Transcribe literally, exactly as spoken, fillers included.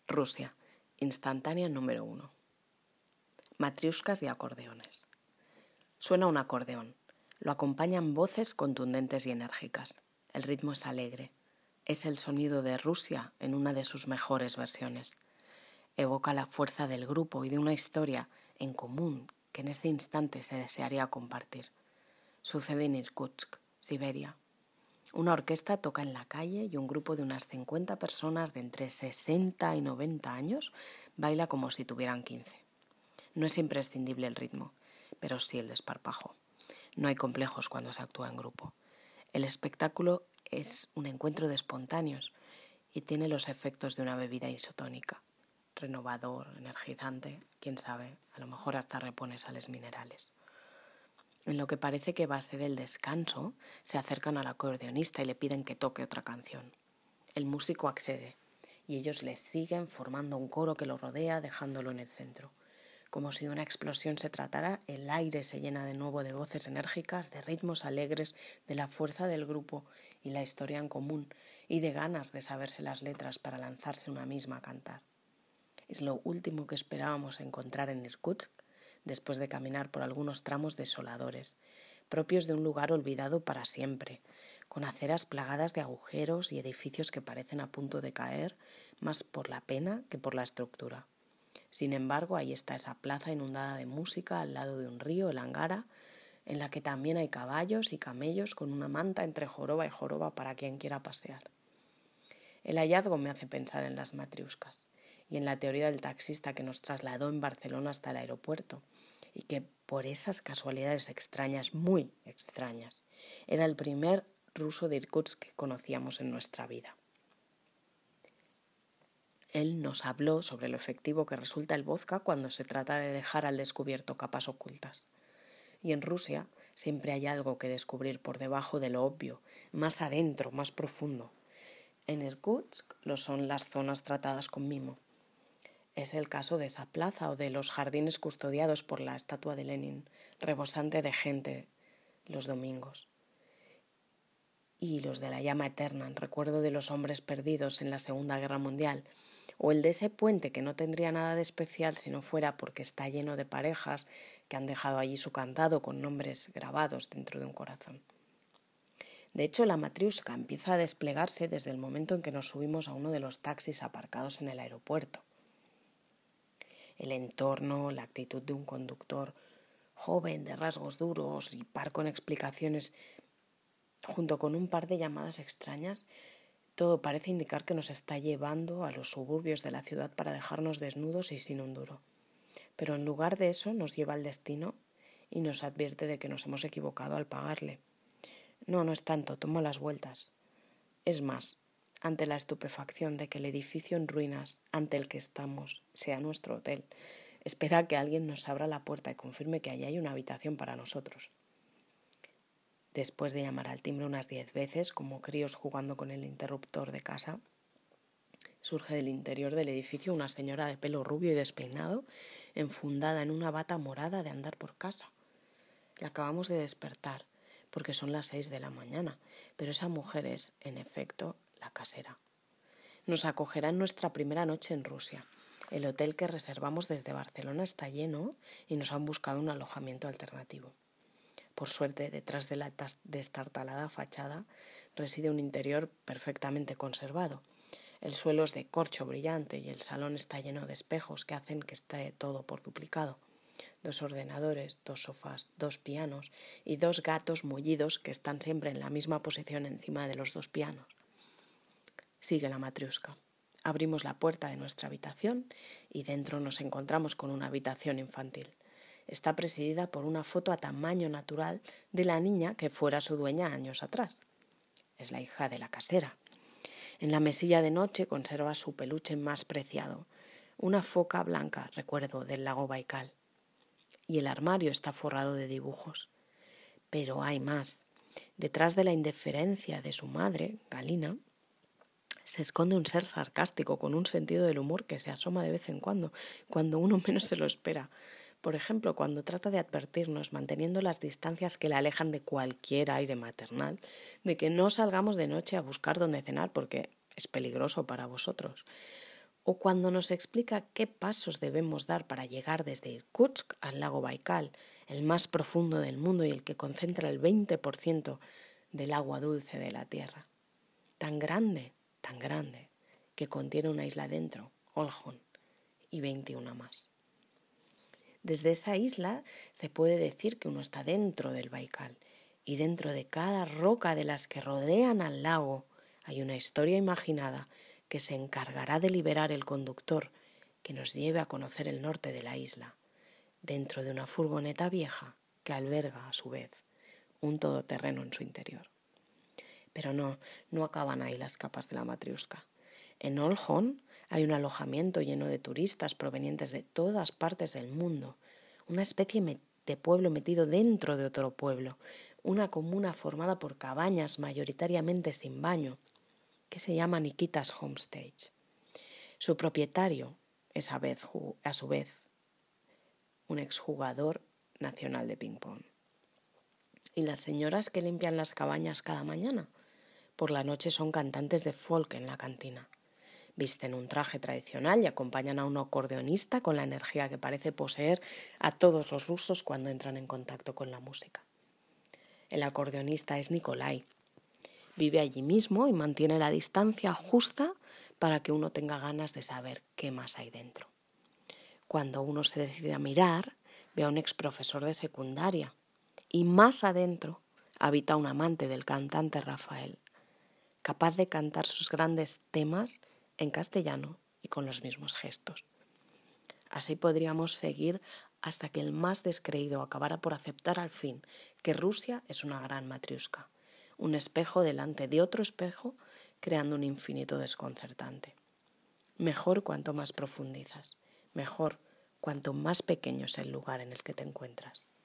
Rusia, instantánea número uno. Matriuscas y acordeones. Suena un acordeón. Lo acompañan voces contundentes y enérgicas. El ritmo es alegre. Es el sonido de Rusia en una de sus mejores versiones. Evoca la fuerza del grupo y de una historia en común que en ese instante se desearía compartir. Sucede en Irkutsk, Siberia. Una orquesta toca en la calle y un grupo de unas cincuenta personas de entre sesenta y noventa años baila como si tuvieran quince. No es imprescindible el ritmo, pero sí el desparpajo. No hay complejos cuando se actúa en grupo. El espectáculo es un encuentro de espontáneos y tiene los efectos de una bebida isotónica. Renovador, energizante, quién sabe, a lo mejor hasta repone sales minerales. En lo que parece que va a ser el descanso, se acercan al acordeonista y le piden que toque otra canción. El músico accede y ellos le siguen formando un coro que lo rodea, dejándolo en el centro. Como si de una explosión se tratara, el aire se llena de nuevo de voces enérgicas, de ritmos alegres, de la fuerza del grupo y la historia en común, y de ganas de saberse las letras para lanzarse una misma a cantar. Es lo último que esperábamos encontrar en Irkutsk, después de caminar por algunos tramos desoladores, propios de un lugar olvidado para siempre, con aceras plagadas de agujeros y edificios que parecen a punto de caer, más por la pena que por la estructura. Sin embargo, ahí está esa plaza inundada de música al lado de un río, el Angara, en la que también hay caballos y camellos con una manta entre joroba y joroba para quien quiera pasear. El hallazgo me hace pensar en las matriuscas y en la teoría del taxista que nos trasladó en Barcelona hasta el aeropuerto y que, por esas casualidades extrañas, muy extrañas, era el primer ruso de Irkutsk que conocíamos en nuestra vida. Él nos habló sobre lo efectivo que resulta el vodka cuando se trata de dejar al descubierto capas ocultas. Y en Rusia siempre hay algo que descubrir por debajo de lo obvio, más adentro, más profundo. En Irkutsk lo son las zonas tratadas con mimo. Es el caso de esa plaza o de los jardines custodiados por la estatua de Lenin, rebosante de gente los domingos. Y los de la llama eterna, en recuerdo de los hombres perdidos en la Segunda Guerra Mundial, o el de ese puente que no tendría nada de especial si no fuera porque está lleno de parejas que han dejado allí su candado con nombres grabados dentro de un corazón. De hecho, la matriusca empieza a desplegarse desde el momento en que nos subimos a uno de los taxis aparcados en el aeropuerto. El entorno, la actitud de un conductor joven, de rasgos duros y parco en explicaciones, junto con un par de llamadas extrañas, todo parece indicar que nos está llevando a los suburbios de la ciudad para dejarnos desnudos y sin un duro. Pero en lugar de eso nos lleva al destino y nos advierte de que nos hemos equivocado al pagarle. No, no es tanto, toma las vueltas. Es más, ante la estupefacción de que el edificio en ruinas ante el que estamos sea nuestro hotel, espera que alguien nos abra la puerta y confirme que allí hay una habitación para nosotros. Después de llamar al timbre unas diez veces, como críos jugando con el interruptor de casa, surge del interior del edificio una señora de pelo rubio y despeinado, enfundada en una bata morada de andar por casa. La acabamos de despertar, porque son las seis de la mañana, pero esa mujer es, en efecto, la casera. Nos acogerá en nuestra primera noche en Rusia. El hotel que reservamos desde Barcelona está lleno y nos han buscado un alojamiento alternativo. Por suerte, detrás de la destartalada fachada reside un interior perfectamente conservado. El suelo es de corcho brillante y el salón está lleno de espejos que hacen que esté todo por duplicado. Dos ordenadores, dos sofás, dos pianos y dos gatos mullidos que están siempre en la misma posición encima de los dos pianos. Sigue la matriusca. Abrimos la puerta de nuestra habitación y dentro nos encontramos con una habitación infantil. Está presidida por una foto a tamaño natural de la niña que fuera su dueña años atrás. Es la hija de la casera. En la mesilla de noche conserva su peluche más preciado, una foca blanca, recuerdo, del lago Baikal. Y el armario está forrado de dibujos. Pero hay más. Detrás de la indiferencia de su madre, Galina, se esconde un ser sarcástico con un sentido del humor que se asoma de vez en cuando, cuando uno menos se lo espera. Por ejemplo, cuando trata de advertirnos, manteniendo las distancias que le alejan de cualquier aire maternal, de que no salgamos de noche a buscar dónde cenar porque es peligroso para vosotros. o cuando nos explica qué pasos debemos dar para llegar desde Irkutsk al lago Baikal, el más profundo del mundo y el que concentra el veinte por ciento del agua dulce de la Tierra. Tan grande, tan grande, que contiene una isla dentro, Olkhon, y veintiuna más. Desde esa isla se puede decir que uno está dentro del Baikal, y dentro de cada roca de las que rodean al lago hay una historia imaginada que se encargará de liberar el conductor que nos lleve a conocer el norte de la isla, dentro de una furgoneta vieja que alberga, a su vez, un todoterreno en su interior. Pero no, no acaban ahí las capas de la matriusca. En Olkhon hay un alojamiento lleno de turistas provenientes de todas partes del mundo, una especie de pueblo metido dentro de otro pueblo, una comuna formada por cabañas mayoritariamente sin baño, que se llama Nikita's Homestage. Su propietario es a, vez, a su vez un exjugador nacional de ping-pong. ¿Y las señoras que limpian las cabañas cada mañana? Por la noche son cantantes de folk en la cantina. Visten un traje tradicional y acompañan a un acordeonista con la energía que parece poseer a todos los rusos cuando entran en contacto con la música. El acordeonista es Nikolai. Vive allí mismo y mantiene la distancia justa para que uno tenga ganas de saber qué más hay dentro. Cuando uno se decide a mirar, ve a un exprofesor de secundaria y más adentro habita un amante del cantante Rafael, capaz de cantar sus grandes temas en castellano y con los mismos gestos. Así podríamos seguir hasta que el más descreído acabara por aceptar al fin que Rusia es una gran matriusca, un espejo delante de otro espejo, creando un infinito desconcertante. Mejor cuanto más profundizas, mejor cuanto más pequeño es el lugar en el que te encuentras.